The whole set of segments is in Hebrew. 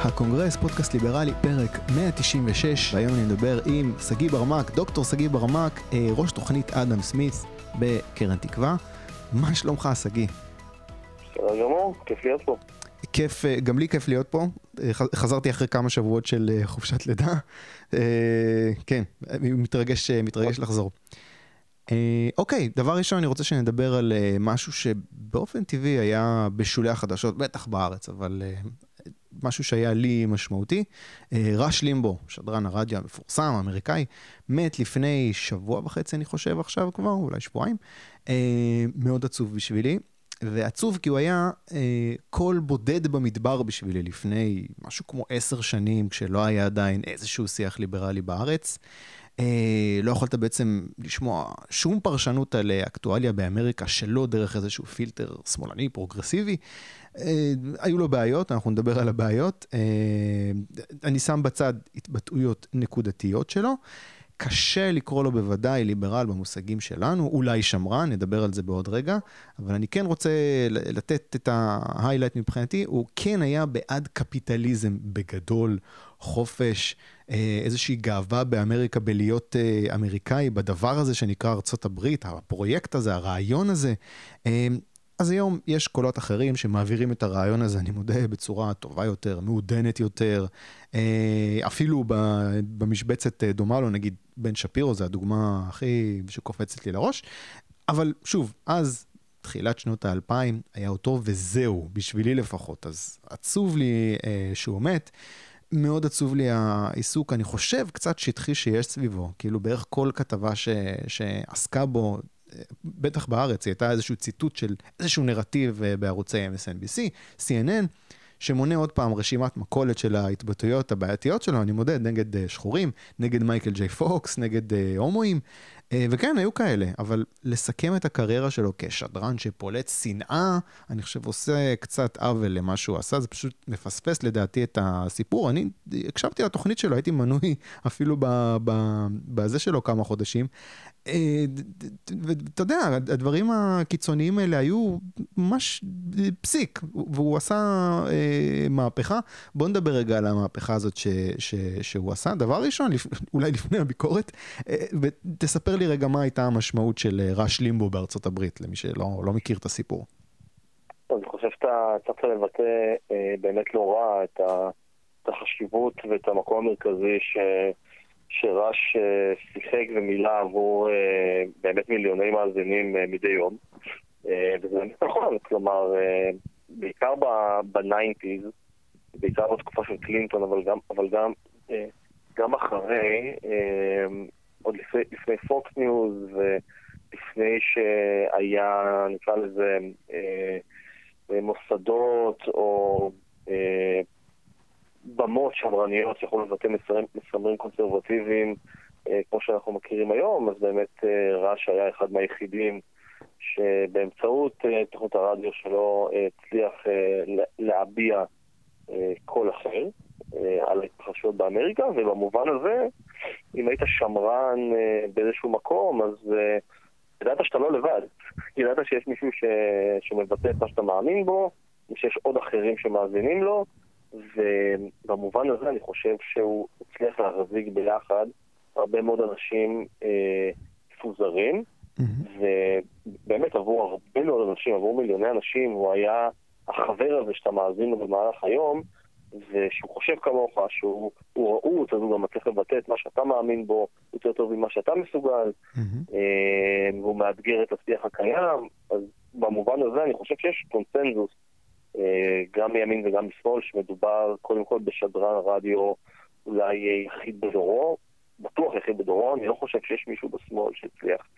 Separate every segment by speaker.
Speaker 1: הקונגרס, פודקאסט ליברלי, פרק 196, והיום אני מדבר עם סגי ברמק, דוקטור סגי ברמק, ראש תוכנית אדם סמית בקרן תקווה. מה שלומך, סגי?
Speaker 2: בסדר גמור, כיף להיות פה.
Speaker 1: כיף, גם לי כיף להיות פה. חזרתי אחרי כמה שבועות של חופשת לידה. כן, מתרגש לחזור. אוקיי, דבר ראשון אני רוצה שנדבר על משהו שבאופן טבעי היה בשולי החדשות, בטח בארץ, אבל משהו שהיה לי משמעותי. רש לימבו, שדרן הרדיו המפורסם, האמריקאי, מת לפני שבוע וחצי, אני חושב עכשיו כבר, אולי שבועיים. מאוד עצוב בשבילי, ועצוב כי הוא היה קול בודד במדבר בשבילי לפני משהו כמו 10 שנים, כשלא היה עדיין איזשהו שיח ליברלי בארץ. לא יכולת בעצם לשמוע שום פרשנות על אקטואליה באמריקה שלא דרך איזשהו פילטר שמאלני, פרוגרסיבי. היו לו בעיות, אנחנו נדבר על הבעיות. אני שם בצד התבטאויות נקודתיות שלו. קשה לקרוא לו בוודאי ליברל במושגים שלנו, אולי שמרן, נדבר על זה בעוד רגע, אבל אני כן רוצה לתת את ההיילייט מבחינתי, הוא כן היה בעד קפיטליזם בגדול, חופש, איזושהי גאווה באמריקה בלהיות אמריקאי, בדבר הזה שנקרא ארצות הברית, הפרויקט הזה, הרעיון הזה. אז היום יש קולות אחרים שמעבירים את הרעיון הזה, אני מודה, בצורה טובה יותר, מעודנת יותר, אפילו במשבצת דומה לו, נגיד בן שפירו, זה הדוגמה הכי שקופצת לי לראש, אבל שוב, אז תחילת שנות ה-2000 היה אותו וזהו, בשבילי לפחות, אז עצוב לי שהוא מת, מאוד עצוב לי העיסוק, אני חושב קצת שטחי שיש סביבו, כאילו בערך כל כתבה שעסקה בו, בטח בארץ, היא הייתה איזשהו ציטוט של איזשהו נרטיב בערוצי MSNBC, CNN, שמונה עוד פעם רשימת מכולת של ההתבטאויות הבעייתיות שלו, אני מודד, נגד שחורים, נגד מייקל ג'יי פוקס, נגד הומואים, וכן, היו כאלה, אבל לסכם את הקריירה שלו כשדרן שפולט שנאה, אני חושב עושה קצת עוול למה שהוא עשה, זה פשוט מפספס לדעתי את הסיפור, אני הקשבתי לתוכנית שלו, הייתי מנוי אפילו בזה שלו כמה חודשים, ואתה יודע, הדברים הקיצוניים האלה היו ממש פסיק, והוא עשה מהפכה. בוא נדבר רגע על המהפכה הזאת שהוא עשה. דבר ראשון, אולי לפני הביקורת, ותספר לי רגע מה הייתה המשמעות של רש לימבו בארצות הברית, למי שלא מכיר את הסיפור.
Speaker 2: אני חושב שאתה צריך לבטא באמת לא רע את החשיבות ואת המקום המרכזי שרש שיחק ומילה עבור באמת מיליוני מאזינים מדי יום. וזה באמת נכון, כלומר, בעיקר ב-90s, בעיקר בתקופה של קלינטון, אבל גם אחרי, עוד לפני פוקס ניוז, ולפני שהיה, נקרא לזה, מוסדות או במות שמרניות שיכולו לבטא מסמרים קונסרבטיביים כמו שאנחנו מכירים היום, אז באמת רש היה אחד מהיחידים שבאמצעות תוכנית הרדיו שלו הצליח להביע קול אחר על ההתרחשויות באמריקה, ובמובן הזה, אם היית שמרן באיזשהו מקום, אז ידעת שאתה לא לבד. ידעת שיש מישהו שמבטא את מה שאתה מאמין בו, ושיש עוד אחרים שמאזינים לו, ובמובן הזה אני חושב שהוא הצליח להחזיק ביחד הרבה מאוד אנשים מפוזרים, ובאמת עבור הרבה מאוד אנשים, עבור מיליוני אנשים, הוא היה החבר הזה שאתה מאזין לו במהלך היום, ושהוא חושב כמוך, שהוא ראות, אז הוא גם מצליח לבטא את מה שאתה מאמין בו יותר טוב ממה שאתה מסוגל, והוא מאתגר את השיח הקיים. אז במובן הזה אני חושב שיש קונצנזוס גם מימין וגם משמאל, שמדובר קודם כל בשדרן רדיו אולי יחיד בדורו, בטוח יחיד בדורו. אני לא חושב שיש מישהו בשמאל שהצליח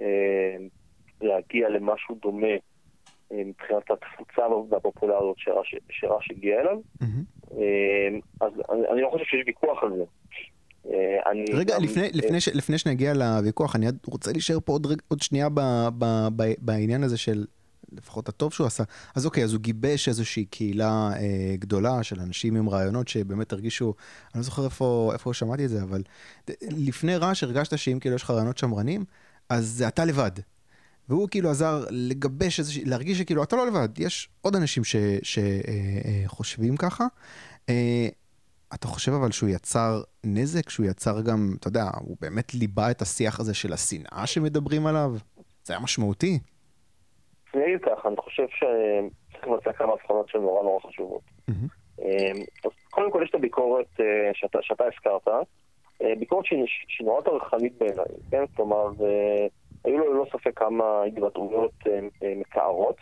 Speaker 2: להגיע למשהו דומה מבחינת התפוצה והפופולריות שרש הגיע אליו. אז אני לא חושב שיש ויכוח על זה.
Speaker 1: רגע, לפני שנגיע לוויכוח, אני רוצה להישאר פה עוד שנייה בעניין הזה של לפחות הטוב שהוא עשה. אז אוקיי, אז הוא גיבש איזושהי קהילה גדולה של אנשים עם רעיונות שבאמת הרגישו, אני לא זוכר איפה שמעתי את זה, אבל לפני רש הרגשת שאם כאילו יש לך רעיונות שמרנים, אז זה אתה לבד. והוא כאילו עזר לגבש איזושהי, להרגיש שכאילו אתה לא לבד, יש עוד אנשים שחושבים ככה. אתה חושב אבל שהוא יצר נזק, שהוא יצר גם, אתה יודע, הוא באמת ליבה את השיח הזה של השנאה שמדברים עליו? זה היה משמעותי.
Speaker 2: אני אגיד ככה, אני חושב שצריך לבצע כמה הבחנות שהן נורא נורא חשובות. אז קודם כל יש את הביקורת שאתה הזכרת, ביקורת שהיא נורא טרחנית בעיניי, כן? כלומר, היו לו ללא ספק כמה התבטאויות מכערות,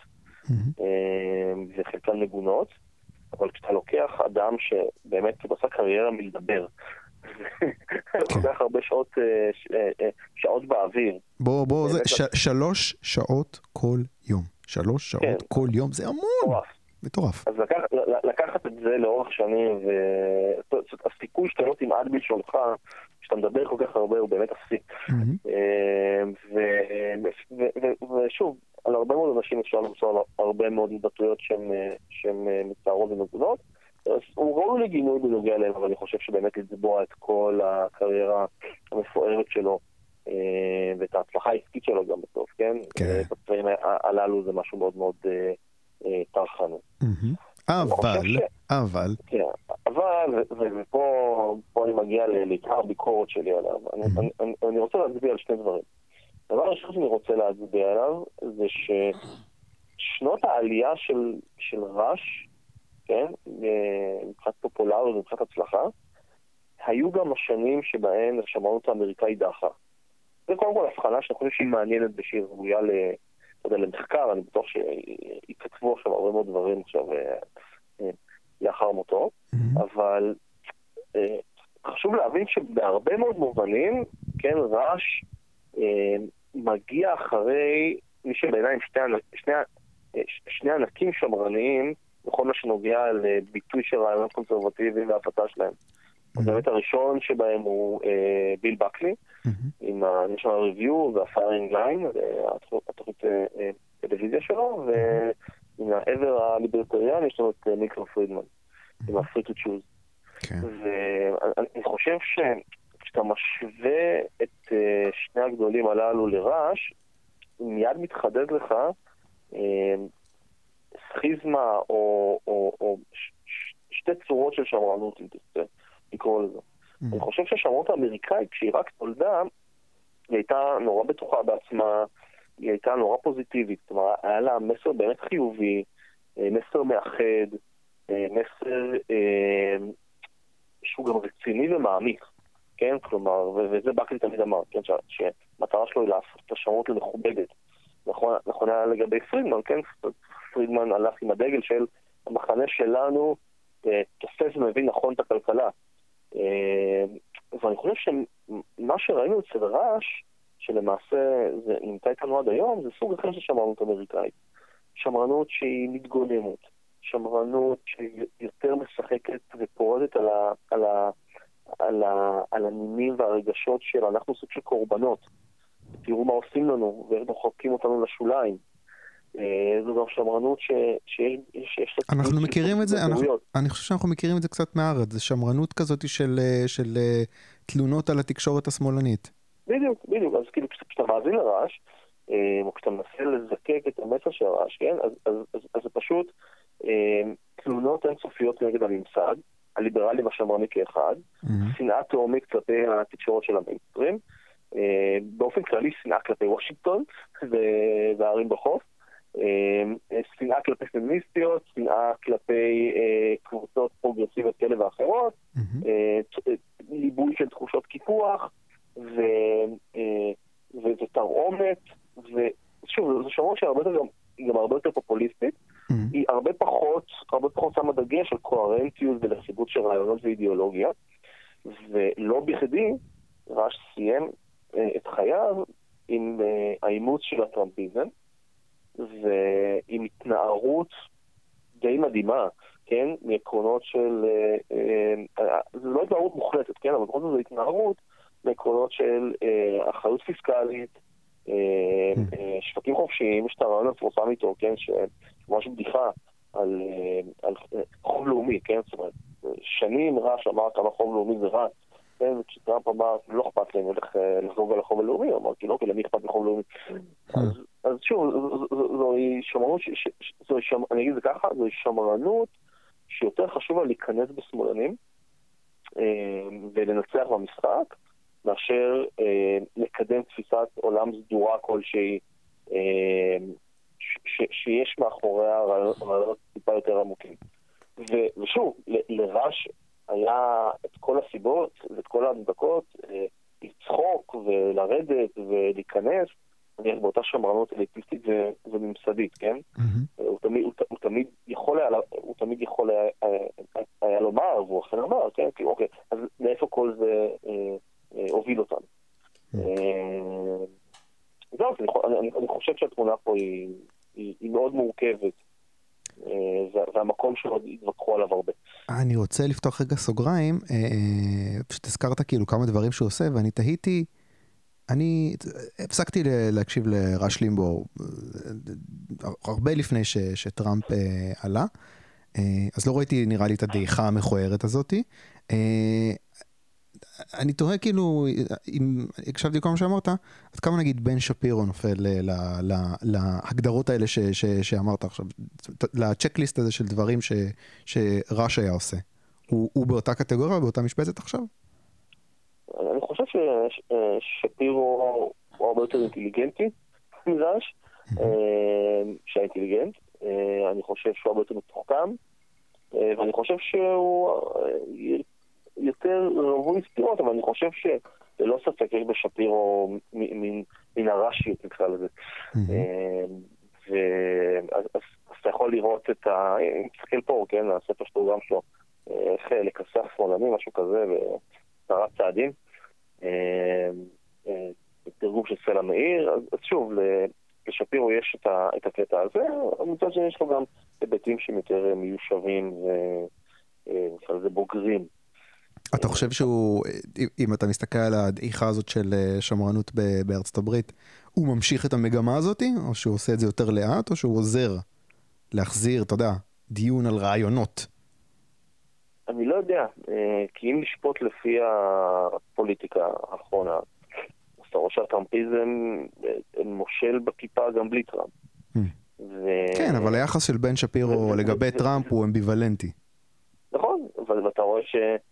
Speaker 2: וחלקן מגונות, אבל כשאתה לוקח אדם שבאמת עושה קריירה מלדבר, לוקח הרבה שעות באוויר.
Speaker 1: בוא, זה 3 שעות כל יום. 3 שעות כל יום, זה המון. מטורף.
Speaker 2: אז לקחת את זה לאורך שנים, והסיכוי שאתה לא תמעד בלשונך, כשאתה מדבר כל כך הרבה, הוא באמת אפסי. ושוב, על הרבה מאוד אנשים אפשר למצוא הרבה מאוד התבטאויות שהן מצערות ומגונות. אז הוא ראוי לגינוי בנוגע אליהם, אבל אני חושב שבאמת לצבוע את כל הקריירה המפוארת שלו, ואת ההצלחה העסקית שלו גם בסוף, כן? את הדברים הללו זה משהו מאוד מאוד טרחני.
Speaker 1: אבל,
Speaker 2: ופה אני מגיע לעיקר הביקורת שלי עליו. אני רוצה להצביע על שני דברים. הדבר הראשון שאני רוצה להצביע עליו, זה ששנות העלייה של רש, כן, מבחינת פופולריות ומבחינת הצלחה, היו גם השנים שבהן השמרנות האמריקאית דעכה. זה קודם כל הבחנה שאני חושב שהיא מעניינת ושהיא ראויה למחקר, אני בטוח שיכתבו עכשיו הרבה מאוד דברים עכשיו לאחר מותו, אבל חשוב להבין שבהרבה מאוד מובנים, כן, רש מגיע אחרי מי שבעיניים שני ענקים שמרניים בכל מה שנוגע לביטוי של רעיונות קונסרבטיביים והפתה שלהם. באמת הראשון שבהם הוא ביל בקלי, עם ה-National Review וה-Firing Line, התוכנית טלוויזיה שלו, ועם העבר הליברטריאני יש לנו את מילטון פרידמן, עם ה-Free to Choose. ואני חושב שכשאתה משווה את שני הגדולים הללו לרש, מיד מתחדד לך סכיזמה או שתי צורות של שמרנות, אם תרצה לקרוא לזה. אני חושב שהשמרנות האמריקאית, כשהיא רק תולדה, היא הייתה נורא בטוחה בעצמה, היא הייתה נורא פוזיטיבית, זאת אומרת, היה לה מסר באמת חיובי, מסר מאחד, מסר שהוא גם רציני ומעמיק, כן? כלומר, וזה בקלי תמיד אמר, כן? שמטרה שלו היא להפוך את השמרנות למכובדת. נכון היה לגבי פרידמן, כן? פרידמן הלך עם הדגל של המחנה שלנו, תופס ומבין נכון את הכלכלה. ואני חושב שמה שראינו אצל רש, שלמעשה זה נמצא איתנו עד היום, זה סוג אחר של שמרנות אמריקאית. שמרנות שהיא מתגוננת, שמרנות שהיא יותר משחקת ופורדת על הנימים והרגשות של אנחנו סוג של קורבנות. תראו מה עושים לנו, ודוחקים אותנו לשוליים. זו גם שמרנות שיש...
Speaker 1: אנחנו מכירים את זה, אני חושב שאנחנו מכירים את זה קצת מהארץ, זה שמרנות כזאת של תלונות על התקשורת השמאלנית.
Speaker 2: בדיוק, אז כאילו כשאתה מאזין לרעש, או כשאתה מנסה לזקק את המסר של הרעש, כן? אז זה פשוט תלונות אינסופיות נגד הממסד, הליברלי והשמרני כאחד, שנאה תהומית כלפי התקשורת של המיינסטרים, באופן כללי שנאה כלפי וושינגטון והערים בחוף, שנאה כלפי פמיניסטיות, שנאה כלפי קבוצות פרוגרסיביות כאלה ואחרות, ליבוי של תחושות קיפוח, ותרעומת, ושוב, זו שמרנות שהיא גם הרבה יותר פופוליסטית, היא הרבה פחות שמה דגש על קוהרנטיות ולכיבוד של רעיונות ואידיאולוגיה, ולא בכדי רש סיים את חייו עם האימוץ של הטראמפיזם, ועם התנערות די מדהימה, כן? מעקרונות של... זה לא התנערות מוחלטת, כן? אבל בכל זאת זה התנערות מעקרונות של אחריות פיסקלית, שווקים חופשיים, יש את הרעיון המפורסם איתו, כן? שממש בדיחה על חוב לאומי, כן? זאת אומרת, שנים רש אמר כמה חוב לאומי זה רע, כן? וכשטראמפ אמר, לא אכפת לי, אני הולך לחזור על החוב הלאומי, הוא אמר, כי לא, כי למי אכפת לחוב לאומי. אז שוב, זוהי שמרנות, אני אגיד זה ככה, זוהי שמרנות שיותר חשוב לה להיכנס בשמאלנים, ולנצח במשחק, מאשר לקדם תפיסת עולם סדורה כלשהי, שיש מאחוריה רעיונות טיפה יותר עמוקים. ושוב, לרש היה את כל הסיבות ואת כל ההצדקות לצחוק ולרדת ולהיכנס באותה שמרנות אליטיסטית וממסדית, כן? הוא תמיד יכול היה לומר, והוא אכן אמר, כן? כי אוקיי, אז לאיפה כל זה הוביל אותנו? זהו, אני חושב שהתמונה פה היא מאוד מורכבת, והמקום שלו התווכחו עליו הרבה.
Speaker 1: אני רוצה לפתוח רגע סוגריים, פשוט הזכרת כאילו כמה דברים שהוא עושה, ואני תהיתי, אני הפסקתי להקשיב לרש לימבו הרבה לפני שטראמפ עלה, אז לא ראיתי נראה לי את הדעיכה המכוערת הזאת. אני תוהה כאילו, אם הקשבתי לכל מה שאמרת, אז כמה נגיד בן שפירו נופל להגדרות האלה שאמרת עכשיו, לצ'קליסט הזה של דברים שרש היה עושה. הוא באותה קטגוריה, באותה משבצת עכשיו?
Speaker 2: אני חושב ששפירו הוא הרבה יותר אינטליגנטי מרש, שהאינטליגנט, אני חושב שהוא הרבה יותר מתוחכם, ואני חושב שהוא יותר רווי סתירות, אבל אני חושב שללא ספק יש בשפירו מן הרשיות נקרא לזה. אז אתה יכול לראות את אם תסתכל פה, כן, הספר שלו גם שלו, חלק הסף שמאלני, משהו כזה, ותרת צעדים, תרגום של סלע מאיר. אז שוב, לשפירו יש את הקטע הזה, מצד שני יש לו גם היבטים שהם יותר מיושבים וזה בוגרים.
Speaker 1: אתה חושב שהוא, אם אתה מסתכל על הדעיכה הזאת של שמרנות בארצות הברית, הוא ממשיך את המגמה הזאת, או שהוא עושה את זה יותר לאט, או שהוא עוזר להחזיר, אתה יודע, דיון על רעיונות?
Speaker 2: אני לא יודע, כי אם נשפוט לפי הפוליטיקה האחרונה, אז אתה רואה שהטראמפיזם מושל בכיפה גם בלי טראמפ.
Speaker 1: כן, אבל היחס של בן שפירו לגבי טראמפ הוא אמביוולנטי.
Speaker 2: נכון, ואתה רואה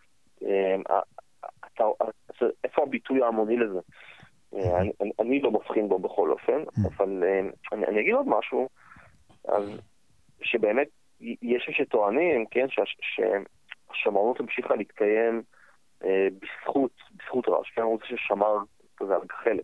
Speaker 2: איפה הביטוי ההמוני לזה? אני לא מבחין בו בכל אופן, אבל אני אגיד עוד משהו, אז שבאמת יש שטוענים, כן, שהשמרנות המשיכה להתקיים בזכות רש, כן, הוא זה ששמר כזה על גחלת.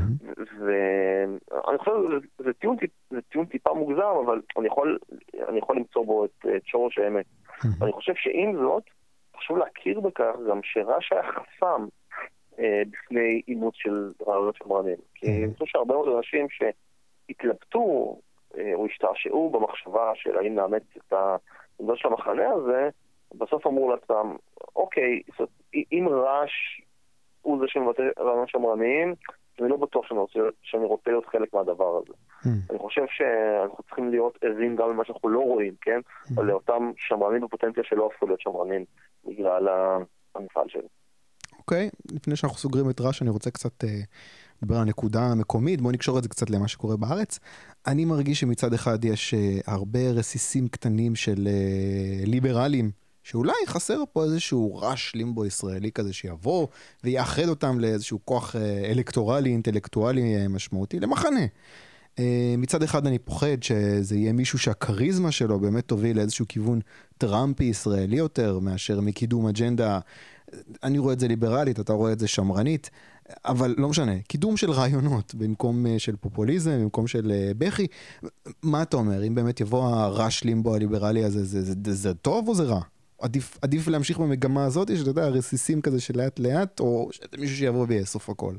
Speaker 2: ואני חושב שזה טיעון טיפה מוגזם, אבל אני יכול למצוא בו את שורש האמת. אני חושב שעם זאת, חשוב להכיר בכך גם שרש היה חסם בפני אימוץ של רעיונות שמרנים. כי אני חושב שהרבה מאוד אנשים שהתלבטו או השתעשעו במחשבה של האם נאמץ את העמדות של המחנה הזה, בסוף אמרו לעצמם, אוקיי, אם רש הוא זה שמבטא רעיונות שמרניים, אני לא בטוח שאני רוצה להיות חלק מהדבר הזה. אני חושב שאנחנו צריכים להיות עזים גם למה שאנחנו לא רואים, כן? אבל לאותם שמרנים בפוטנציה שלא הפכו להיות שמרנים בגלל המפעל שלו.
Speaker 1: אוקיי, לפני שאנחנו סוגרים את רש, אני רוצה קצת לדבר על הנקודה המקומית, בואו נקשור את זה קצת למה שקורה בארץ. אני מרגיש שמצד אחד יש הרבה רסיסים קטנים של ליברלים, שאולי חסר פה איזשהו רש לימבו ישראלי כזה שיבוא ויאחד אותם לאיזשהו כוח אלקטורלי, אינטלקטואלי משמעותי, למחנה. מצד אחד אני פוחד שזה יהיה מישהו שהקריזמה שלו באמת תוביל לאיזשהו כיוון טראמפי ישראלי יותר מאשר מקידום אג'נדה, אני רואה את זה ליברלית, אתה רואה את זה שמרנית, אבל לא משנה, קידום של רעיונות במקום של פופוליזם, במקום של בכי. מה אתה אומר? אם באמת יבוא הרש לימבו הליברלי הזה, זה טוב או זה רע? עדיף להמשיך במגמה הזאת, שאתה יודע, רסיסים כזה של לאט לאט, או שזה מישהו שיבוא ויאסוף הכל?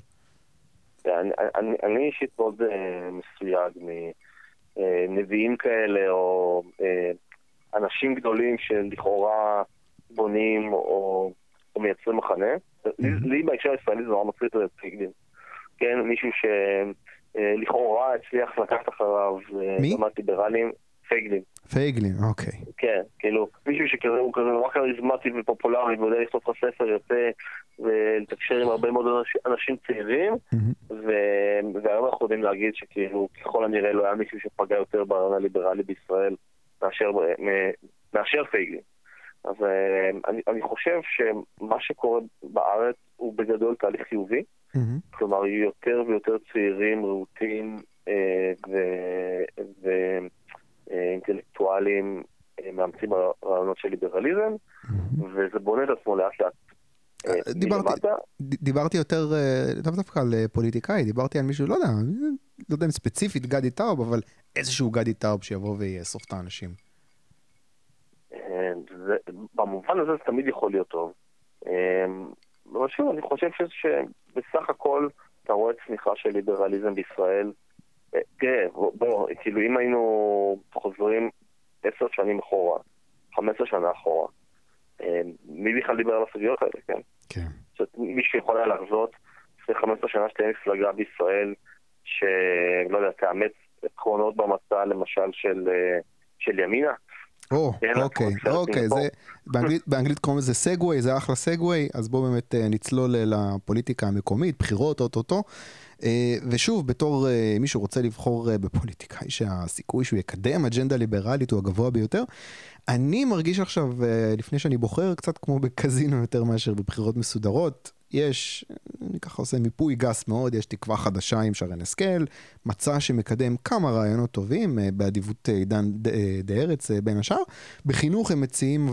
Speaker 2: אני אישית מאוד מסויג מנביאים כאלה, או אנשים גדולים שלכאורה בונים או מייצרים מחנה. לי בהקשר הישראלי זה נורא מצחיק את פייגלין. כן, מישהו שלכאורה הצליח לקחת אחריו גם ליברלים.
Speaker 1: פייגלין, אוקיי.
Speaker 2: כן, כאילו, מישהו שכזה הוא כזה נורא כריזמטי ופופולרי, ויודע לכתוב לך ספר יוצא ולתקשר עם הרבה מאוד אנשים צעירים, והיום אנחנו יודעים להגיד שכאילו, ככל הנראה לא היה מישהו שפגע יותר ברעיון הליברלי בישראל מאשר פייגלין. אז אני חושב שמה שקורה בארץ הוא בגדול תהליך חיובי, כלומר יותר ויותר צעירים, רהוטים ואינטלקטואלים מאמצים רעיונות של ליברליזם, וזה בונה את עצמו לאט לאט.
Speaker 1: דיברתי יותר, לא דווקא על פוליטיקאי, דיברתי על מישהו, לא יודע אם ספציפית גדי טאוב, אבל איזשהו גדי טאוב שיבוא ויאסוף את האנשים.
Speaker 2: במובן הזה זה תמיד יכול להיות טוב. אבל שוב, אני חושב שבסך הכל אתה רואה צמיחה של ליברליזם בישראל. תראה, כאילו אם היינו חוזרים 10 שנים אחורה, 15 שנה אחורה, מי בכלל דיבר על הסוגיות האלה, כן?
Speaker 1: כן.
Speaker 2: מישהו יכול היה לחזות לפני 15 שנה שתהיה מפלגה בישראל שלא יודע, תאמץ עקרונות במצע למשל של ימינה.
Speaker 1: אוקיי, באנגלית קוראים לזה סגווי, זה אחלה סגווי, אז בואו באמת נצלול לפוליטיקה המקומית, בחירות, אוטוטו. ושוב, בתור מישהו רוצה לבחור בפוליטיקאי שהסיכוי שהוא יקדם אג'נדה ליברלית הוא הגבוה ביותר, אני מרגיש עכשיו, לפני שאני בוחר, קצת כמו בקזינו יותר מאשר בבחירות מסודרות. אני ככה עושה מיפוי גס מאוד, יש תקווה חדשה עם שרן השכל, מצע שמקדם כמה רעיונות טובים, באדיבות עידן דה ארץ בין השאר. בחינוך הם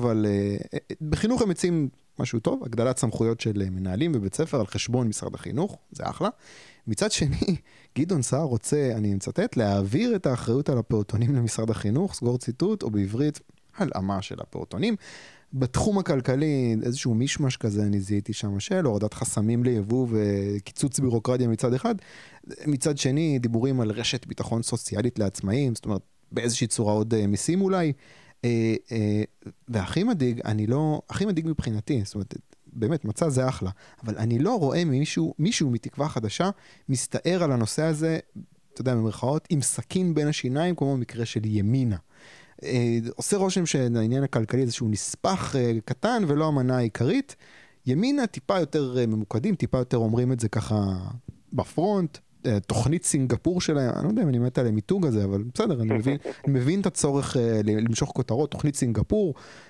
Speaker 1: מציעים משהו טוב, הגדלת סמכויות של מנהלים בבית ספר על חשבון משרד החינוך, זה אחלה. מצד שני, גדעון סער רוצה, אני מצטט, להעביר את האחריות על הפעוטונים למשרד החינוך, סגור ציטוט, או בעברית, הלאמה של הפעוטונים. בתחום הכלכלי, איזשהו מישמש כזה, אני זיהיתי שם של הורדת חסמים ליבוא וקיצוץ בירוקרטיה מצד אחד. מצד שני, דיבורים על רשת ביטחון סוציאלית לעצמאים, זאת אומרת, באיזושהי צורה עוד מיסים אולי. והכי מדאיג, הכי מדאיג מבחינתי, זאת אומרת, באמת, מצא זה אחלה, אבל אני לא רואה מישהו מתקווה חדשה מסתער על הנושא הזה, אתה יודע, במרכאות, עם סכין בין השיניים, כמו במקרה של ימינה. עושה רושם שהעניין הכלכלי איזשהו נספח קטן ולא המנה העיקרית. ימינה טיפה יותר ממוקדים, טיפה יותר אומרים את זה ככה בפרונט, תוכנית סינגפור שלהם, אני לא יודע אם אני מת על המיתוג הזה, אבל בסדר, אני מבין את הצורך למשוך כותרות, תוכנית סינגפור,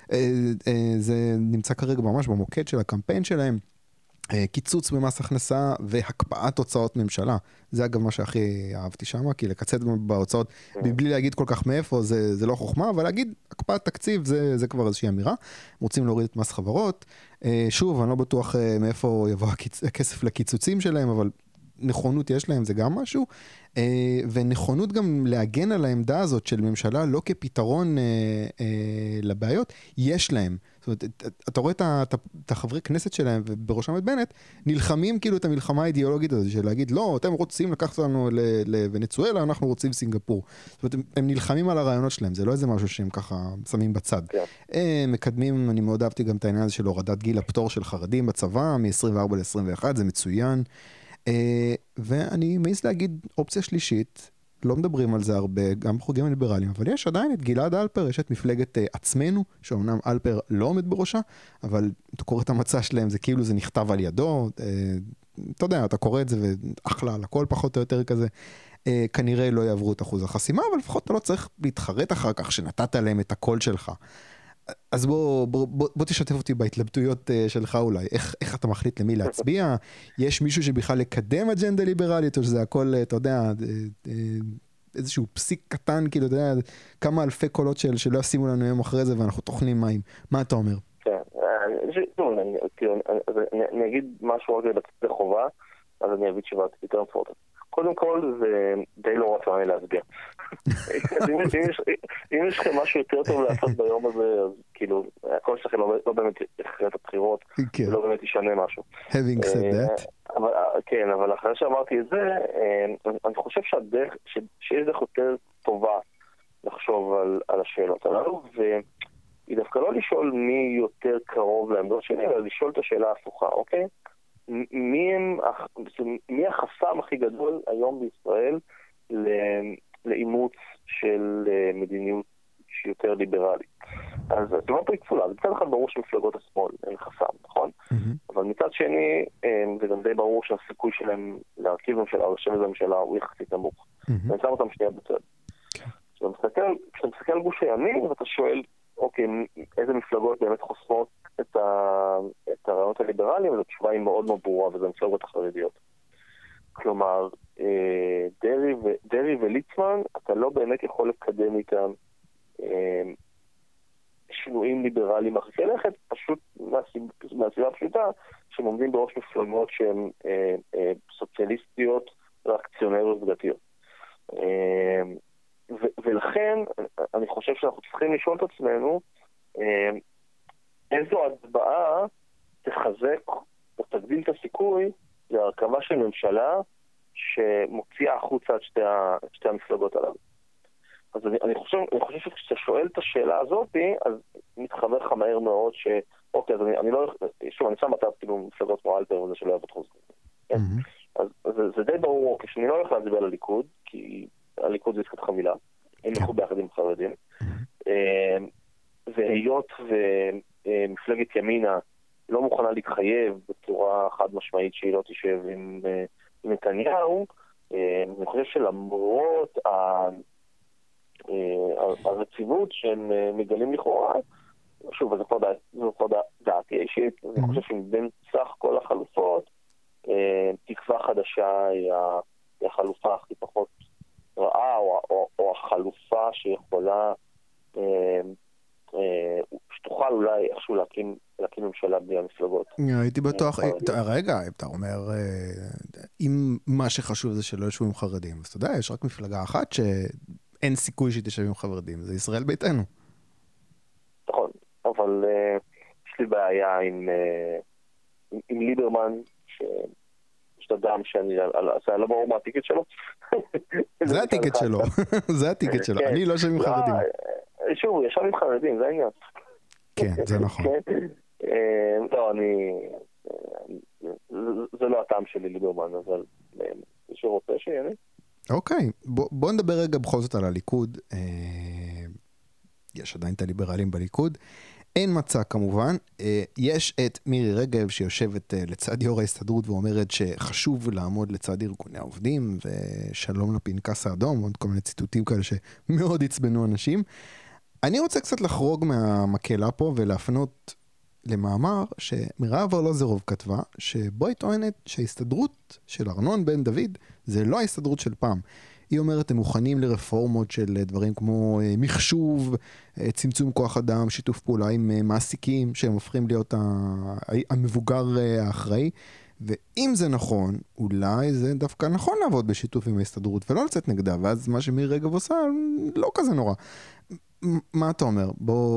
Speaker 1: זה נמצא כרגע ממש במוקד של הקמפיין שלהם, קיצוץ במס הכנסה והקפאת הוצאות ממשלה. זה אגב מה שהכי אהבתי שם, כי לקצץ בהוצאות בלי להגיד כל כך מאיפה, זה לא חוכמה, אבל להגיד הקפאת תקציב זה כבר איזושהי אמירה. רוצים להוריד את מס חברות. שוב, אני לא בטוח מאיפה יבוא הכסף לקיצוצים שלהם, אבל נכונות יש להם, זה גם משהו. ונכונות גם להגן על העמדה הזאת של ממשלה לא כפתרון לבעיות, יש להם. זאת אומרת, אתה רואה את החברי כנסת שלהם, ובראשם את בנט, נלחמים כאילו את המלחמה האידיאולוגית הזאת, של להגיד, לא, אתם רוצים לקחת לנו לוונצואלה, אנחנו רוצים סינגפור. זאת אומרת, הם נלחמים על הרעיונות שלהם, זה לא איזה משהו שהם ככה שמים בצד. מקדמים, אני מאוד אהבתי גם את העניין הזה של הורדת גיל הפטור של חרדים בצבא, מ-24 ל-21, זה מצוין. ואני מעיז להגיד אופציה שלישית, לא מדברים על זה הרבה, גם בחוגים הליברליים, אבל יש עדיין את גלעד אלפר, יש את מפלגת עצמנו, שאומנם אלפר לא עומד בראשה, אבל אתה קורא את המצע שלהם, זה כאילו זה נכתב על ידו, אתה יודע, אתה קורא את זה ואחלה, על הכל פחות או יותר כזה, כנראה לא יעברו את אחוז החסימה, אבל לפחות אתה לא צריך להתחרט אחר כך שנתת להם את הקול שלך. אז בוא תשתף אותי בהתלבטויות שלך אולי, איך אתה מחליט למי להצביע, יש מישהו שבכלל לקדם אג'נדה ליברלית, או שזה הכל, אתה יודע, איזשהו פסיק קטן, כאילו, אתה יודע, כמה אלפי קולות שלא ישימו לנו יום אחרי זה, ואנחנו טוחנים מים, מה אתה אומר?
Speaker 2: כן, אני אגיד משהו רק לבצע חובה, אז אני אגיד שבאת יותר מפורטת. קודם כל, זה די לא רצה לי להצביע. אם יש לכם משהו יותר טוב לעשות ביום הזה, אז כאילו, הכל שלכם לא באמת אחרי את הבחירות, לא באמת ישנה משהו.
Speaker 1: Having said that.
Speaker 2: כן, אבל אחרי שאמרתי את זה, אני חושב שיש דרך יותר טובה לחשוב על השאלות הללו, והיא דווקא לא לשאול מי יותר קרוב לעמדות שלי, אלא לשאול את השאלה ההפוכה, אוקיי? מי החסם הכי גדול היום בישראל לאימוץ של מדיניות שיותר ליברלית? אז התשובה פה היא כפולה. מצד אחד ברור שמפלגות השמאל אין חסם, נכון? אבל מצד שני, זה גם די ברור שהסיכוי שלהם להרכיב ממשלה או לשבת בממשלה הוא יחסית נמוך. ואני שם אותם שנייה בצד. כשאתה מסתכל על גוש הימין ואתה שואל, אוקיי, איזה מפלגות באמת חוסמות את הרעיונות הליברליים, אז התשובה היא מאוד מאוד ברורה, וזה המפלגות החרדיות. כלומר, דרעי וליצמן, אתה לא באמת יכול לקדם איתם שינויים ליברליים מרחיקי לכת, פשוט מהסיבה הפשוטה, שהם עומדים בראש מפלגות שהן סוציאליסטיות, ריאקציונריות ודתיות. ולכן, אני חושב שאנחנו צריכים לשאול את עצמנו, איזו הצבעה תחזק או תגדיל את הסיכוי להרכבה של ממשלה שמוציאה החוצה את שתי המפלגות הללו. אז אני חושב שכשאתה שואל את השאלה הזאת, אז מתחבר לך מהר מאוד אוקיי, אז אני לא... שוב, אני שם מצב כאילו מפלגות כמו אלפר וזה שלא יעבוד חוזר. אז זה די ברור, כשאני לא הולך להצביע לליכוד, כי הליכוד זה עסקת חבילה, הם ילכו ביחד עם חרדים. והיות ומפלגת ימינה לא מוכנה להתחייב בצורה חד משמעית שהיא לא תשב עם נתניהו, אני חושב שלמרות הרציבות שהם מגלים לכאורה, שוב, זו כבר דעתי אישית, אני חושב שמבין סך כל החלופות, תקווה חדשה היא החלופה הכי פחות רעה, או החלופה שיכולה, שתוכל אולי איכשהו להקים ממשלה בלי המפלגות.
Speaker 1: הייתי בטוח, רגע, אתה אומר, אם מה שחשוב זה שלא ישבו עם חרדים, אז אתה יודע, יש רק מפלגה אחת שאין סיכוי שהיא תשב עם חרדים, זה ישראל ביתנו.
Speaker 2: נכון, אבל יש לי בעיה עם ליברמן, יש את אדם שאני, זה לא ברור מה הטיקט שלו.
Speaker 1: זה הטיקט שלו, זה הטיקט שלו, אני לא יושב עם חרדים.
Speaker 2: שוב, הוא ישב עם חרדים, זה העניין.
Speaker 1: כן, זה נכון.
Speaker 2: לא, זה לא הטעם שלי ליברמן, אבל מי שרוצה שיהיה.
Speaker 1: אוקיי, בוא נדבר רגע בכל זאת על הליכוד. יש עדיין את הליברלים בליכוד. אין מצע כמובן. יש את מירי רגב שיושבת לצד יו"ר ההסתדרות ואומרת שחשוב לעמוד לצד ארגוני העובדים, ושלום לפנקס האדום, עוד כל מיני ציטוטים כאלה שמאוד הצבנו אנשים. אני רוצה קצת לחרוג מהמקהלה פה ולהפנות למאמר שמירב ארלוזורוב כתבה, שבו היא טוענת שההסתדרות של ארנון בן דוד זה לא ההסתדרות של פעם. היא אומרת, הם מוכנים לרפורמות של דברים כמו מחשוב, צמצום כוח אדם, שיתוף פעולה עם מעסיקים, שהם הופכים להיות המבוגר האחראי. ואם זה נכון, אולי זה דווקא נכון לעבוד בשיתוף עם ההסתדרות, ולא לצאת נגדה, ואז מה שמירי רגב עושה, לא כזה נורא. מה אתה אומר?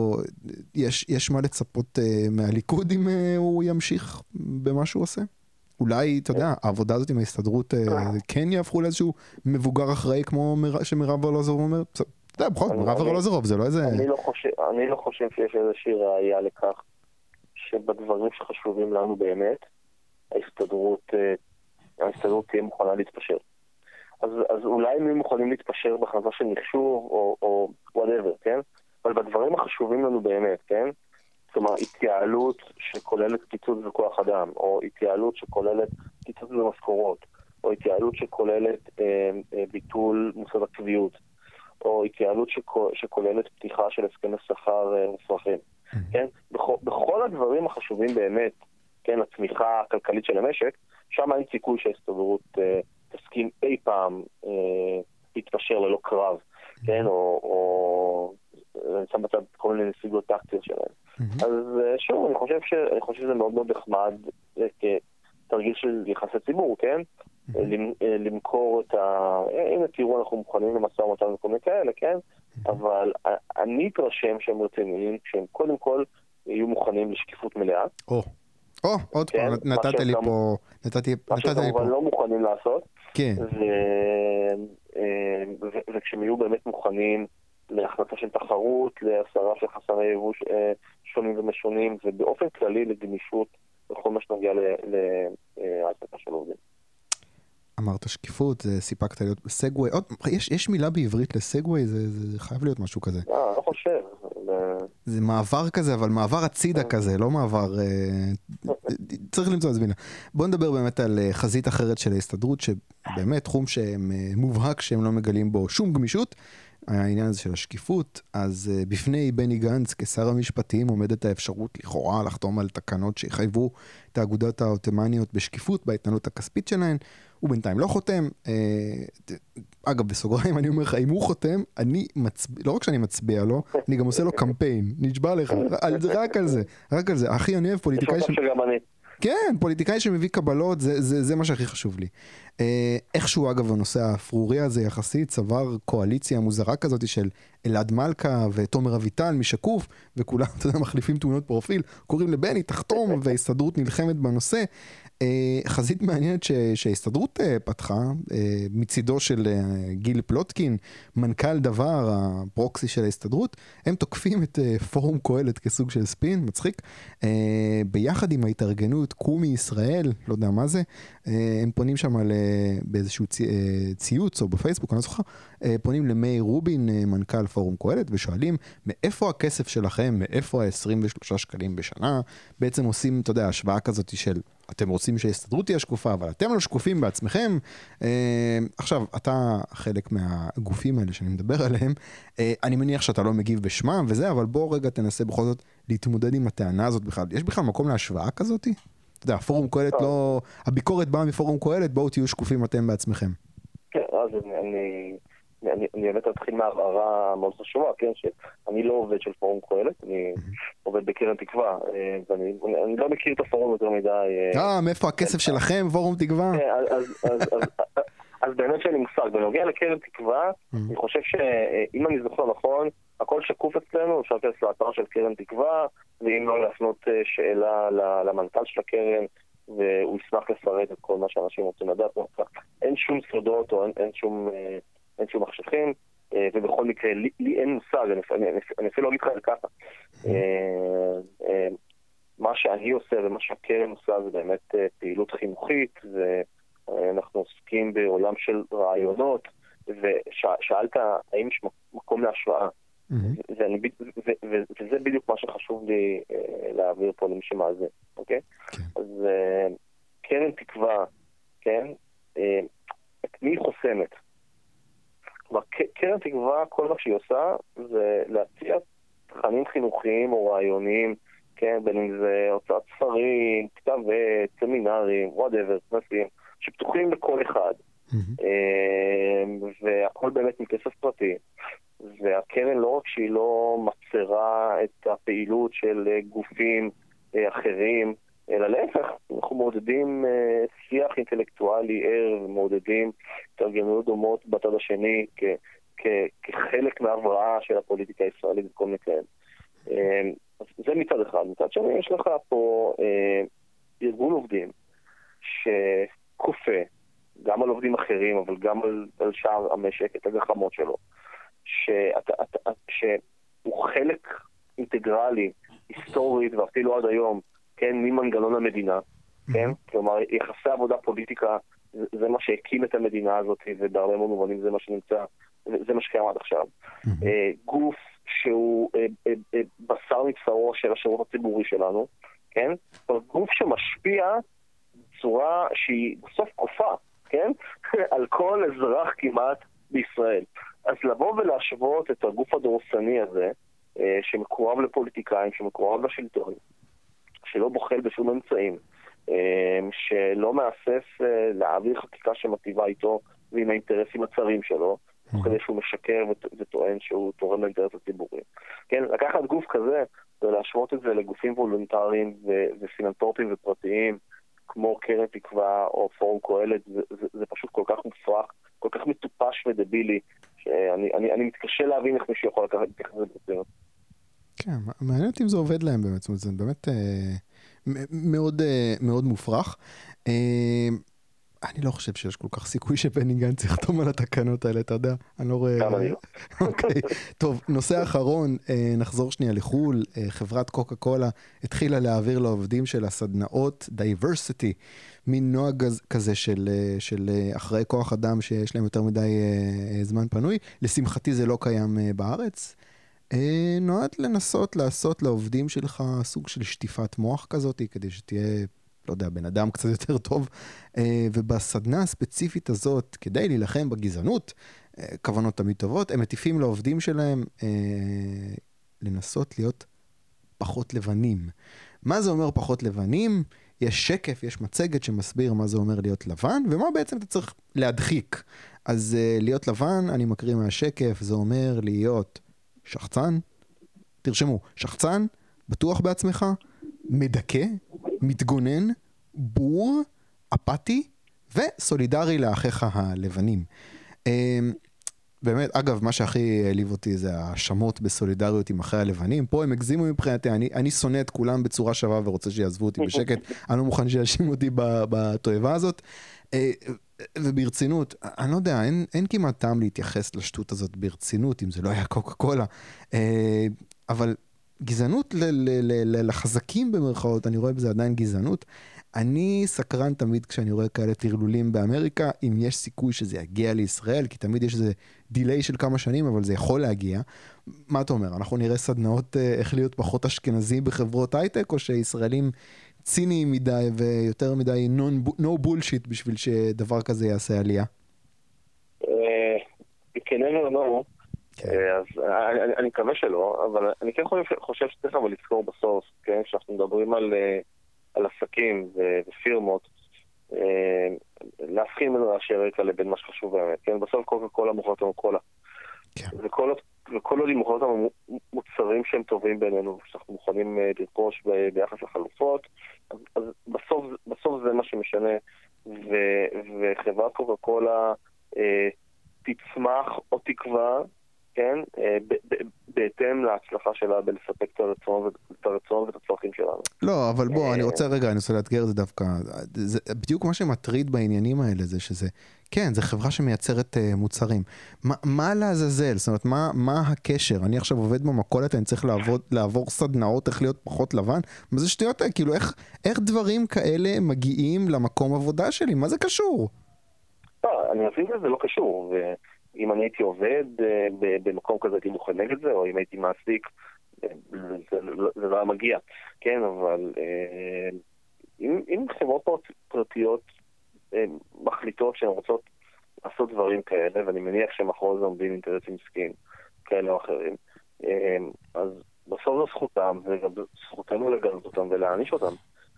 Speaker 1: יש מה לצפות מהליכוד אם הוא ימשיך במה שהוא עושה? אולי, אתה יודע, העבודה הזאת עם ההסתדרות כן יהפכו לאיזשהו מבוגר אחראי, כמו שמירב ארלוזורוב אומר? אתה יודע, בכל זאת, מירב ארלוזורוב, זה לא איזה...
Speaker 2: אני לא חושב שיש איזושהי ראייה לכך שבדברים שחשובים לנו באמת, ההסתדרות תהיה מוכנה להתפשר. אז אולי הם מוכנים להתפשר בהכנסה של מחשוב או whatever, כן? אבל בדברים החשובים לנו באמת, כן? כלומר, התייעלות שכוללת קיצוץ בכוח אדם, או התייעלות שכוללת קיצוץ במשכורות, או התייעלות שכוללת ביטול מוסד הקביעות, או התייעלות שכוללת פתיחה של הסכמי שכר מופרכים, כן? בכל הדברים החשובים באמת, כן, הצמיחה הכלכלית של המשק, שם אין סיכוי שההסתדרות תסכים אי פעם להתפשר ללא קרב, כן, או אני שם בצד כל מיני נסיגות טקטיות שלהם. אז שוב, אני חושב שזה מאוד מאוד נחמד כתרגיל של יחסי ציבור, כן? למכור את הנה תראו, אנחנו מוכנים למשא ומתן וכל מיני כאלה, כן? אבל אני אתרשם שהם רציניים, שהם קודם כל יהיו מוכנים לשקיפות מלאה.
Speaker 1: עוד פעם, נתת לי פה...
Speaker 2: מה שכמובן לא מוכנים לעשות.
Speaker 1: כן.
Speaker 2: וכשהם יהיו באמת מוכנים להכנסה של תחרות, להסרה של חסמי יבוא שונים ומשונים, ובאופן כללי לגמישות בכל מה שנוגע להעסקה של עובדים.
Speaker 1: אמרת שקיפות, סיפקת להיות בסגווי. יש מילה בעברית לסגווי? זה חייב להיות משהו כזה.
Speaker 2: לא חושב.
Speaker 1: זה מעבר כזה, אבל מעבר הצידה כזה, לא מעבר... צריך למצוא את מילה. בוא נדבר באמת על חזית אחרת של ההסתדרות, שבאמת תחום שמובהק שהם לא מגלים בו שום גמישות, העניין הזה של השקיפות, אז בפני בני גנץ כשר המשפטים עומדת האפשרות לכאורה לחתום על תקנות שיחייבו את האגודות העות'מאניות בשקיפות בהתנהלות הכספית שלהן. הוא בינתיים לא חותם. אגב, בסוגריים אני אומר לך, אם הוא חותם, לא רק שאני מצביע לו, אני גם עושה לו קמפיין, נשבע לך, רק על זה, רק על זה. אחי, אני אוהב פוליטיקאי כן, פוליטיקאי שמביא קבלות, זה מה שהכי חשוב לי. איכשהו אגב הנושא האפרורי הזה יחסית, צבר קואליציה מוזרה כזאת של אלעד מלכה ותומר אביטל משקוף, וכולם, אתה יודע, מחליפים תמונות פרופיל, קוראים לבני, תחתום, וההסתדרות נלחמת בנושא. חזית מעניינת שההסתדרות פתחה, מצידו של גיל פלוטקין, מנכ"ל דבר, הפרוקסי של ההסתדרות, הם תוקפים את פורום קהלת כסוג של ספין, מצחיק, ביחד עם ההתארגנות קומי ישראל, לא יודע מה זה, הם פונים שם באיזשהו ציוץ או בפייסבוק, אני לא זוכר, פונים למאיר רובין, מנכ"ל פורום קהלת, ושואלים, מאיפה הכסף שלכם, מאיפה ה-23 שקלים בשנה, בעצם עושים, אתה יודע, השוואה כזאת של, אתם רוצים שההסתדרות תהיה שקופה, אבל אתם לא שקופים בעצמכם. עכשיו, אתה חלק מהגופים האלה שאני מדבר עליהם, אני מניח שאתה לא מגיב בשמם וזה, אבל בוא רגע תנסה בכל זאת להתמודד עם הטענה הזאת בכלל. יש בכלל מקום להשוואה כזאת? אתה יודע, פורום קהלת לא, הביקורת באה מפורום קהלת, בואו תהיו שקופים אתם בעצמכם.
Speaker 2: כן, אז אני באמת אתחיל מהעברה מאוד חשובה, כן, שאני לא עובד של פורום קהלת, אני עובד בקרן תקווה, ואני לא מכיר את הפורום יותר מדי.
Speaker 1: מאיפה הכסף שלכם, פורום תקווה?
Speaker 2: אז באמת שאני מושג, בנוגע לקרן תקווה, אני חושב שאם אני זוכר נכון, הכל שקוף אצלנו, אפשר להיכנס לאתר של קרן תקווה, ואם לא להפנות שאלה למנכ"ל של הקרן, והוא ישמח לפרט את כל מה שאנשים רוצים לדעת. אין שום סודות או אין שום מחשכים, ובכל מקרה, לי אין מושג, אני אפילו לא אגיד לך את זה ככה. מה שאני עושה ומה שהקרן עושה זה באמת פעילות חינוכית, ואנחנו עוסקים בעולם של רעיונות, ושאלת האם יש מקום להשוואה. וזה בדיוק מה שחשוב לי להעביר פה למי שמאזין, אוקיי? אז קרן תקווה, כן? את מי היא חוסמת? כלומר, קרן תקווה, כל מה שהיא עושה זה להציע תכנים חינוכיים או רעיוניים, כן? בין אם זה הוצאת ספרים, כתב סמינרים, whatever, כנסים, שפתוחים לכל אחד. והכל באמת מכסף פרטי. והקרן לא רק שהיא לא מצרה את הפעילות של גופים אחרים, אלא להפך, אנחנו מעודדים שיח אינטלקטואלי ער, ומעודדים התארגנויות דומות בצד השני כחלק מההבראה של הפוליטיקה הישראלית וכל מיני כאלה. זה מצד אחד. מצד שני יש לך פה ארגון עובדים שכופה גם על עובדים אחרים, אבל גם על שאר המשק את הגחמות שלו, שהוא חלק אינטגרלי, היסטורית ואפילו עד היום, כן, ממנגנון המדינה, כן? כלומר, יחסי עבודה פוליטיקה, זה מה שהקים את המדינה הזאת, ובהרבה מאוד מובנים זה מה שנמצא, זה מה שקיים עד עכשיו. גוף שהוא בשר מבשרו של השירות הציבורי שלנו, כן? גוף שמשפיע בצורה שהיא בסוף כופה, כן? על כל אזרח כמעט בישראל. אז לבוא ולהשוות את הגוף הדורסני הזה, שמקורב לפוליטיקאים, שמקורב לשלטון, שלא בוחל בשום אמצעים, שלא מאסף להעביר חקיקה שמטיבה איתו ועם האינטרסים הצרים שלו, כדי שהוא משקר וטוען שהוא תורם לאינטרס הציבורי. כן, לקחת גוף כזה ולהשוות את זה לגופים וולונטריים ופילנתרופיים ופרטיים, כמו קרן תקווה או פורום קהלת, זה פשוט כל כך מופרך, כל כך מטופש ודבילי, שאני מתקשה להבין איך מישהו יכול לקחת את זה ברצינות.
Speaker 1: כן, מעניין אותי אם זה עובד להם באמת, זאת אומרת, זה באמת מאוד, מאוד מופרך. אני לא חושב שיש כל כך סיכוי שבני גנץ יחתום על התקנות האלה, אתה יודע? אני לא רואה...
Speaker 2: גם אני לא.
Speaker 1: אוקיי, טוב, נושא אחרון, נחזור שנייה לחול. חברת קוקה קולה התחילה להעביר לעובדים של הסדנאות diversity, מין נוהג כזה של אחראי כוח אדם שיש להם יותר מדי זמן פנוי. לשמחתי זה לא קיים בארץ. נועד לנסות לעשות לעובדים שלך סוג של שטיפת מוח כזאת, כדי שתהיה, לא יודע, בן אדם קצת יותר טוב, ובסדנה הספציפית הזאת, כדי להילחם בגזענות, כוונות תמיד טובות, הם מטיפים לעובדים שלהם לנסות להיות פחות לבנים. מה זה אומר פחות לבנים? יש שקף, יש מצגת שמסביר מה זה אומר להיות לבן, ומה בעצם אתה צריך להדחיק. אז להיות לבן, אני מקריא מהשקף, זה אומר להיות שחצן, תרשמו, שחצן, בטוח בעצמך, מדכא, מתגונן, בור, אפתי, וסולידרי לאחיך הלבנים. באמת, אגב, מה שהכי העליב אותי זה השמות בסולידריות עם אחי הלבנים. פה הם הגזימו מבחינתי, אני שונא את כולם בצורה שווה ורוצה שיעזבו אותי בשקט. אני לא מוכן שיאשימו אותי בתועבה הזאת. וברצינות, אני לא יודע, אין כמעט טעם להתייחס לשטות הזאת ברצינות, אם זה לא היה קוקה קולה. אבל גזענות לחזקים במרכאות, אני רואה בזה עדיין גזענות. אני סקרן תמיד כשאני רואה כאלה תרלולים באמריקה, אם יש סיכוי שזה יגיע לישראל, כי תמיד יש איזה דיליי של כמה שנים, אבל זה יכול להגיע. מה אתה אומר? אנחנו נראה סדנאות איך להיות פחות אשכנזים בחברות הייטק, או שישראלים ציניים מדי ויותר מדי no bullshit בשביל שדבר כזה יעשה עלייה?
Speaker 2: כנראה לא. אז אני מקווה שלא, אבל אני כן חושב שצריך אבל לזכור בסוף, כן, שאנחנו מדברים על עסקים ופירמות, להבחין בין רעשי רקע לבין מה שחשוב באמת, כן? בסוף קוקה קולה מוכרת לנו קולה. וכל עוד היא מוכרת לנו מוצרים שהם טובים בינינו, שאנחנו מוכנים לרכוש ביחס לחלופות, אז בסוף זה מה שמשנה, וחברת קוקה קולה תצמח או תקווה, כן, בהתאם להצלחה שלה בלספק את הרצון ואת הצרכים שלנו.
Speaker 1: לא, אבל בוא, אני רוצה לאתגר את זה דווקא. זה בדיוק מה שמטריד בעניינים האלה, זה שזה, כן, זה חברה שמייצרת מוצרים. מה לעזאזל? זאת אומרת, מה הקשר? אני עכשיו עובד במכולת, אני צריך לעבור סדנאות איך להיות פחות לבן? מה זה שטויות? כאילו, איך דברים כאלה מגיעים למקום עבודה שלי? מה זה קשור?
Speaker 2: לא, אני מבין שזה לא קשור, אם אני הייתי עובד במקום כזה, הייתי מוכן נגד זה, או אם הייתי מעסיק, זה לא מגיע. כן, אבל אם חברות פרטיות מחליטות שהן רוצות לעשות דברים כאלה, ואני מניח שמאחורי זה עומדים אינטרסים עסקיים כאלה או אחרים, אז בסוף זו זכותם, וגם זכותנו לגלות אותם ולהעניש אותם.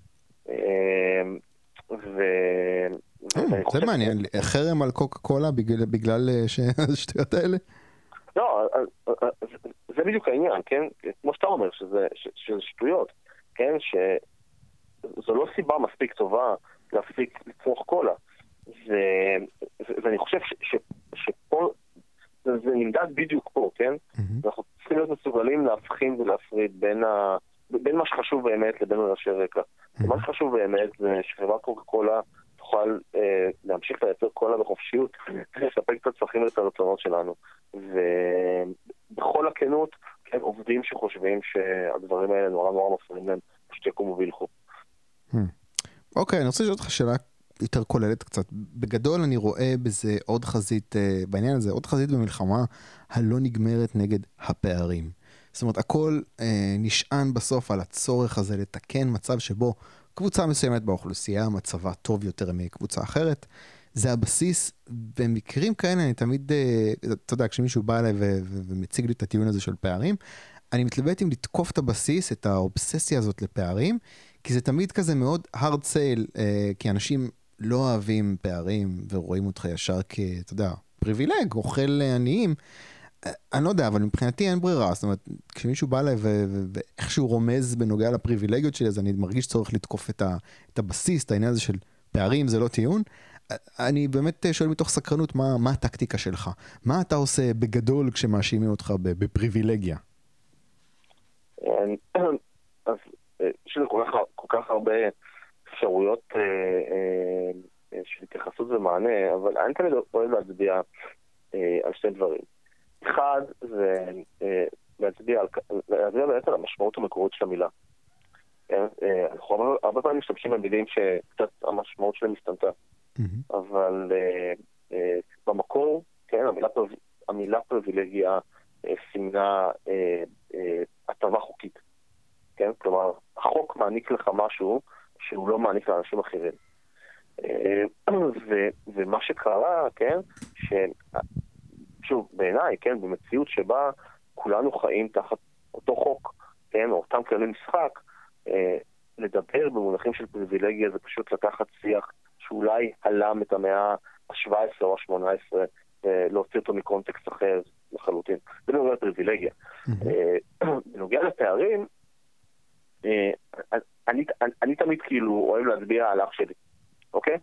Speaker 1: זה מעניין, חרם על קוקה קולה בגלל השטויות האלה?
Speaker 2: לא, זה בדיוק העניין, כן? כמו שאתה אומר, שזה שטויות, כן? שזו לא סיבה מספיק טובה להפסיק לצרוך קולה. ואני חושב שפה, זה נמדד בדיוק פה, כן? אנחנו צריכים להיות מסוגלים להבחין ולהפריד בין מה שחשוב באמת לבין ראשי רקע. מה שחשוב באמת זה שחברת קוקה קולה תוכל להמשיך לייצר קולה בחופשיות, לספק את הצרכים ואת הרצונות שלנו. ובכל הכנות, כן, עובדים שחושבים שהדברים האלה נורא נורא מפריעים להם, פשוט יקומו וילכו.
Speaker 1: אוקיי, אני רוצה לשאול אותך שאלה יותר כוללת קצת. בגדול אני רואה בזה עוד חזית, בעניין הזה, עוד חזית במלחמה הלא נגמרת נגד הפערים. זאת אומרת, הכל נשען בסוף על הצורך הזה לתקן מצב שבו קבוצה מסוימת באוכלוסייה, מצבה טוב יותר מקבוצה אחרת. זה הבסיס, במקרים כאלה אני תמיד, אתה יודע, כשמישהו בא אליי ומציג לי את הטיעון הזה של פערים, אני מתלבט אם לתקוף את הבסיס, את האובססיה הזאת לפערים, כי זה תמיד כזה מאוד hard sale, כי אנשים לא אוהבים פערים ורואים אותך ישר אתה יודע, פריבילג, אוכל עניים. אני לא יודע, אבל מבחינתי אין ברירה. זאת אומרת, כשמישהו בא אליי ואיכשהו רומז בנוגע לפריבילגיות שלי, אז אני מרגיש צורך לתקוף את הבסיס, את העניין הזה של פערים, זה לא טיעון. אני באמת שואל מתוך סקרנות, מה הטקטיקה שלך? מה אתה עושה בגדול כשמאשימים אותך בפריבילגיה?
Speaker 2: אז יש לי כל כך הרבה אפשרויות של התייחסות ומענה, אבל אני תמיד אוהב להצביע על שני דברים. אחד זה להצביע באמת על המשמעות המקורית של המילה. אנחנו הרבה פעמים משתמשים במילים שקצת המשמעות שלהם משתנתה. אבל במקור, כן, המילה פריבילגיה סימנה הטבה חוקית. כן? כלומר, החוק מעניק לך משהו שהוא לא מעניק לאנשים אחרים. ומה שקרה, כן, שוב, בעיניי, כן, במציאות שבה כולנו חיים תחת אותו חוק, כן, או אותם כללי משחק, לדבר במונחים של פריבילגיה זה פשוט לקחת שיח שאולי הלם את המאה ה-17 או ה-18, להוציא אותו מקונטקסט אחר לחלוטין. זה נוגע לפריבילגיה. בנוגע לפערים, אני תמיד כאילו אוהב להצביע על אח שלי, אוקיי?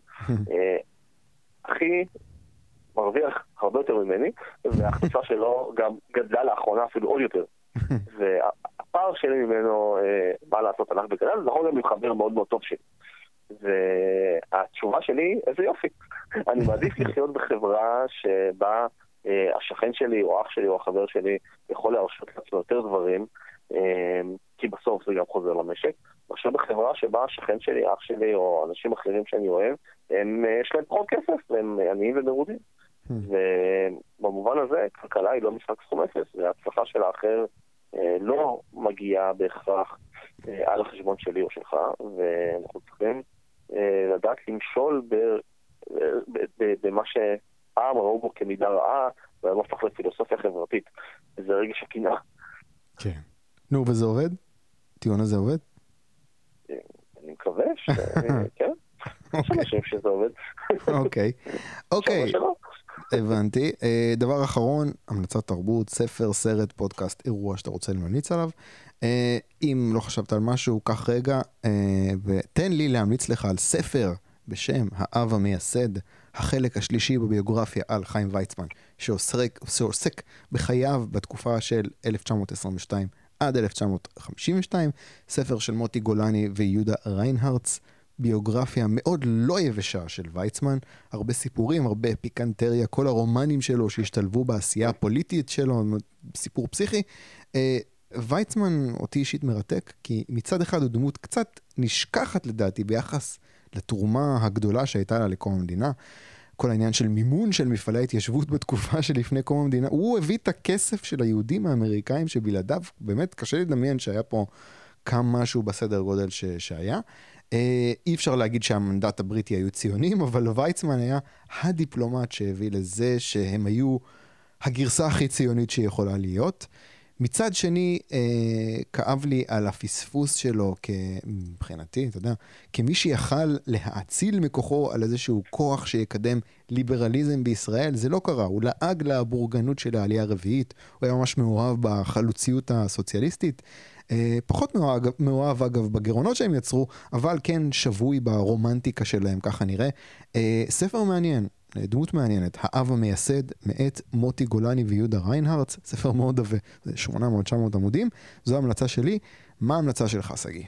Speaker 2: אחי מרוויח הרבה יותר ממני, וההכנסה שלו גם גדלה לאחרונה אפילו עוד יותר. והפער שלי ממנו, מה לעשות, הלך בגלל, נכון גם עם חבר מאוד מאוד טוב שלי. והתשובה שלי, איזה יופי. אני מעדיף לחיות בחברה שבה השכן שלי או אח שלי או החבר שלי יכול להרשות לעצמו יותר דברים, כי בסוף זה גם חוזר למשק. עכשיו בחברה שבה השכן שלי, אח שלי או אנשים אחרים שאני אוהב, יש להם פחות כסף, הם עניים ומרודים. ובמובן הזה, כלכלה היא לא משחק סכום אפס, וההצלחה של האחר לא מגיעה בהכרח על החשבון שלי או שלך, ואנחנו צריכים לדעת למשול במה שפעם ראו בו כמידה רעה, והוא הפך לפילוסופיה חברתית. וזה רגש הקנאה.
Speaker 1: כן. נו, וזה עובד? טיעון הזה עובד?
Speaker 2: אני מקווה כן. יש אנשים שזה עובד.
Speaker 1: אוקיי. הבנתי. דבר אחרון, המלצת תרבות, ספר, סרט, פודקאסט, אירוע שאתה רוצה להמליץ עליו. אם לא חשבת על משהו, קח רגע ותן לי להמליץ לך על ספר בשם האב המייסד, החלק השלישי בביוגרפיה על חיים ויצמן, שעוסק בחייו בתקופה של 1922 עד 1952, ספר של מוטי גולני ויהודה ריינהרץ, ביוגרפיה מאוד לא יבשה של ויצמן, הרבה סיפורים, הרבה פיקנטריה, כל הרומנים שלו שהשתלבו בעשייה הפוליטית שלו, סיפור פסיכי. ויצמן אותי אישית מרתק, כי מצד אחד הוא דמות קצת נשכחת לדעתי ביחס לתרומה הגדולה שהייתה לה לקום המדינה. כל העניין של מימון של מפעלי התיישבות בתקופה שלפני קום המדינה, הוא הביא את הכסף של היהודים האמריקאים שבלעדיו, באמת קשה לדמיין שהיה פה כמה משהו בסדר גודל שהיה. אי אפשר להגיד שהמנדט הבריטי היו ציונים, אבל ויצמן היה הדיפלומט שהביא לזה שהם היו הגרסה הכי ציונית שיכולה להיות. מצד שני, כאב לי על הפספוס שלו מבחינתי, אתה יודע, כמי שיכל להאציל מכוחו על איזשהו כוח שיקדם ליברליזם בישראל, זה לא קרה, הוא לעג לבורגנות של העלייה הרביעית, הוא היה ממש מאוהב בחלוציות הסוציאליסטית, פחות מאוהב אגב בגירעונות שהם יצרו, אבל כן שבוי ברומנטיקה שלהם, ככה נראה. ספר מעניין, דמות מעניינת, האב המייסד מאת מוטי גולני ויהודה ריינהרץ, ספר מאוד עבה, זה 800-900 עמודים, זו המלצה שלי. מה ההמלצה שלך, סגי?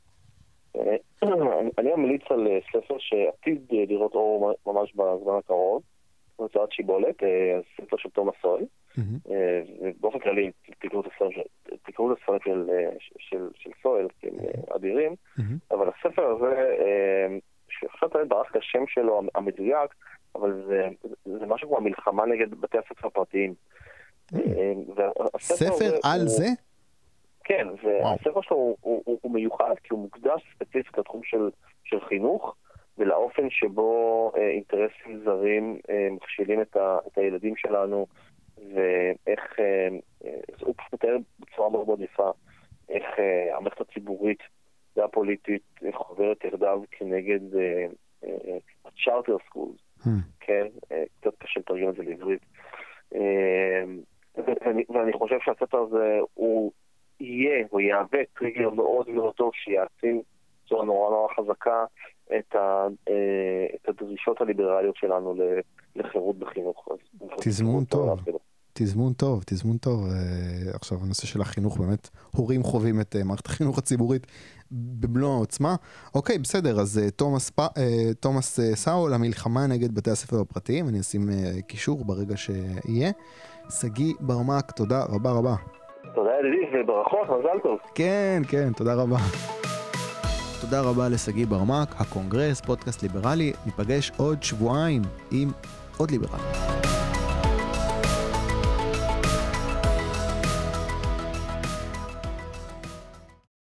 Speaker 2: אני אמליץ על ספר שעתיד לראות אור ממש בזמן הקרוב, הוצאת שיבולת, ספר של תומאס סואל, ובאופן כללי תקראו את הספרים של סואל, כי הם אדירים, אבל הספר הזה, שעכשיו תמיד ברח השם שלו המדויק, אבל זה משהו כמו המלחמה נגד בתי הספר הפרטיים.
Speaker 1: ספר על זה?
Speaker 2: כן, והספר שלו הוא מיוחד, כי הוא מוקדש ספציפית לתחום של חינוך, ולאופן שבו אינטרסים זרים מכשילים את הילדים שלנו, ואיך, הוא פשוט מתאר בצורה מאוד מאוד יפה, איך המערכת הציבורית והפוליטית חוברת יחדיו כנגד הצ'ארטר סקולס, כן, קצת קשה לתרגם את זה לעברית. ואני חושב שהספר הזה הוא יהיה, הוא יהווה טריגר מאוד מאוד טוב שיעצים בצורה נורא נורא חזקה את הדרישות הליברליות שלנו לחירות בחינוך.
Speaker 1: תזמון טוב. תזמון טוב. עכשיו הנושא של החינוך, באמת הורים חווים את מערכת החינוך הציבורית במלוא העוצמה. אוקיי, בסדר, אז תומאס סאול, המלחמה נגד בתי הספר הפרטיים, אני אשים קישור ברגע שיהיה. סגי ברמק, תודה רבה רבה.
Speaker 2: תודה ידידי, וברכות, מזל טוב.
Speaker 1: כן, תודה רבה. תודה רבה לסגי ברמק, הקונגרס, פודקאסט ליברלי. ניפגש עוד שבועיים עם עוד ליברלי.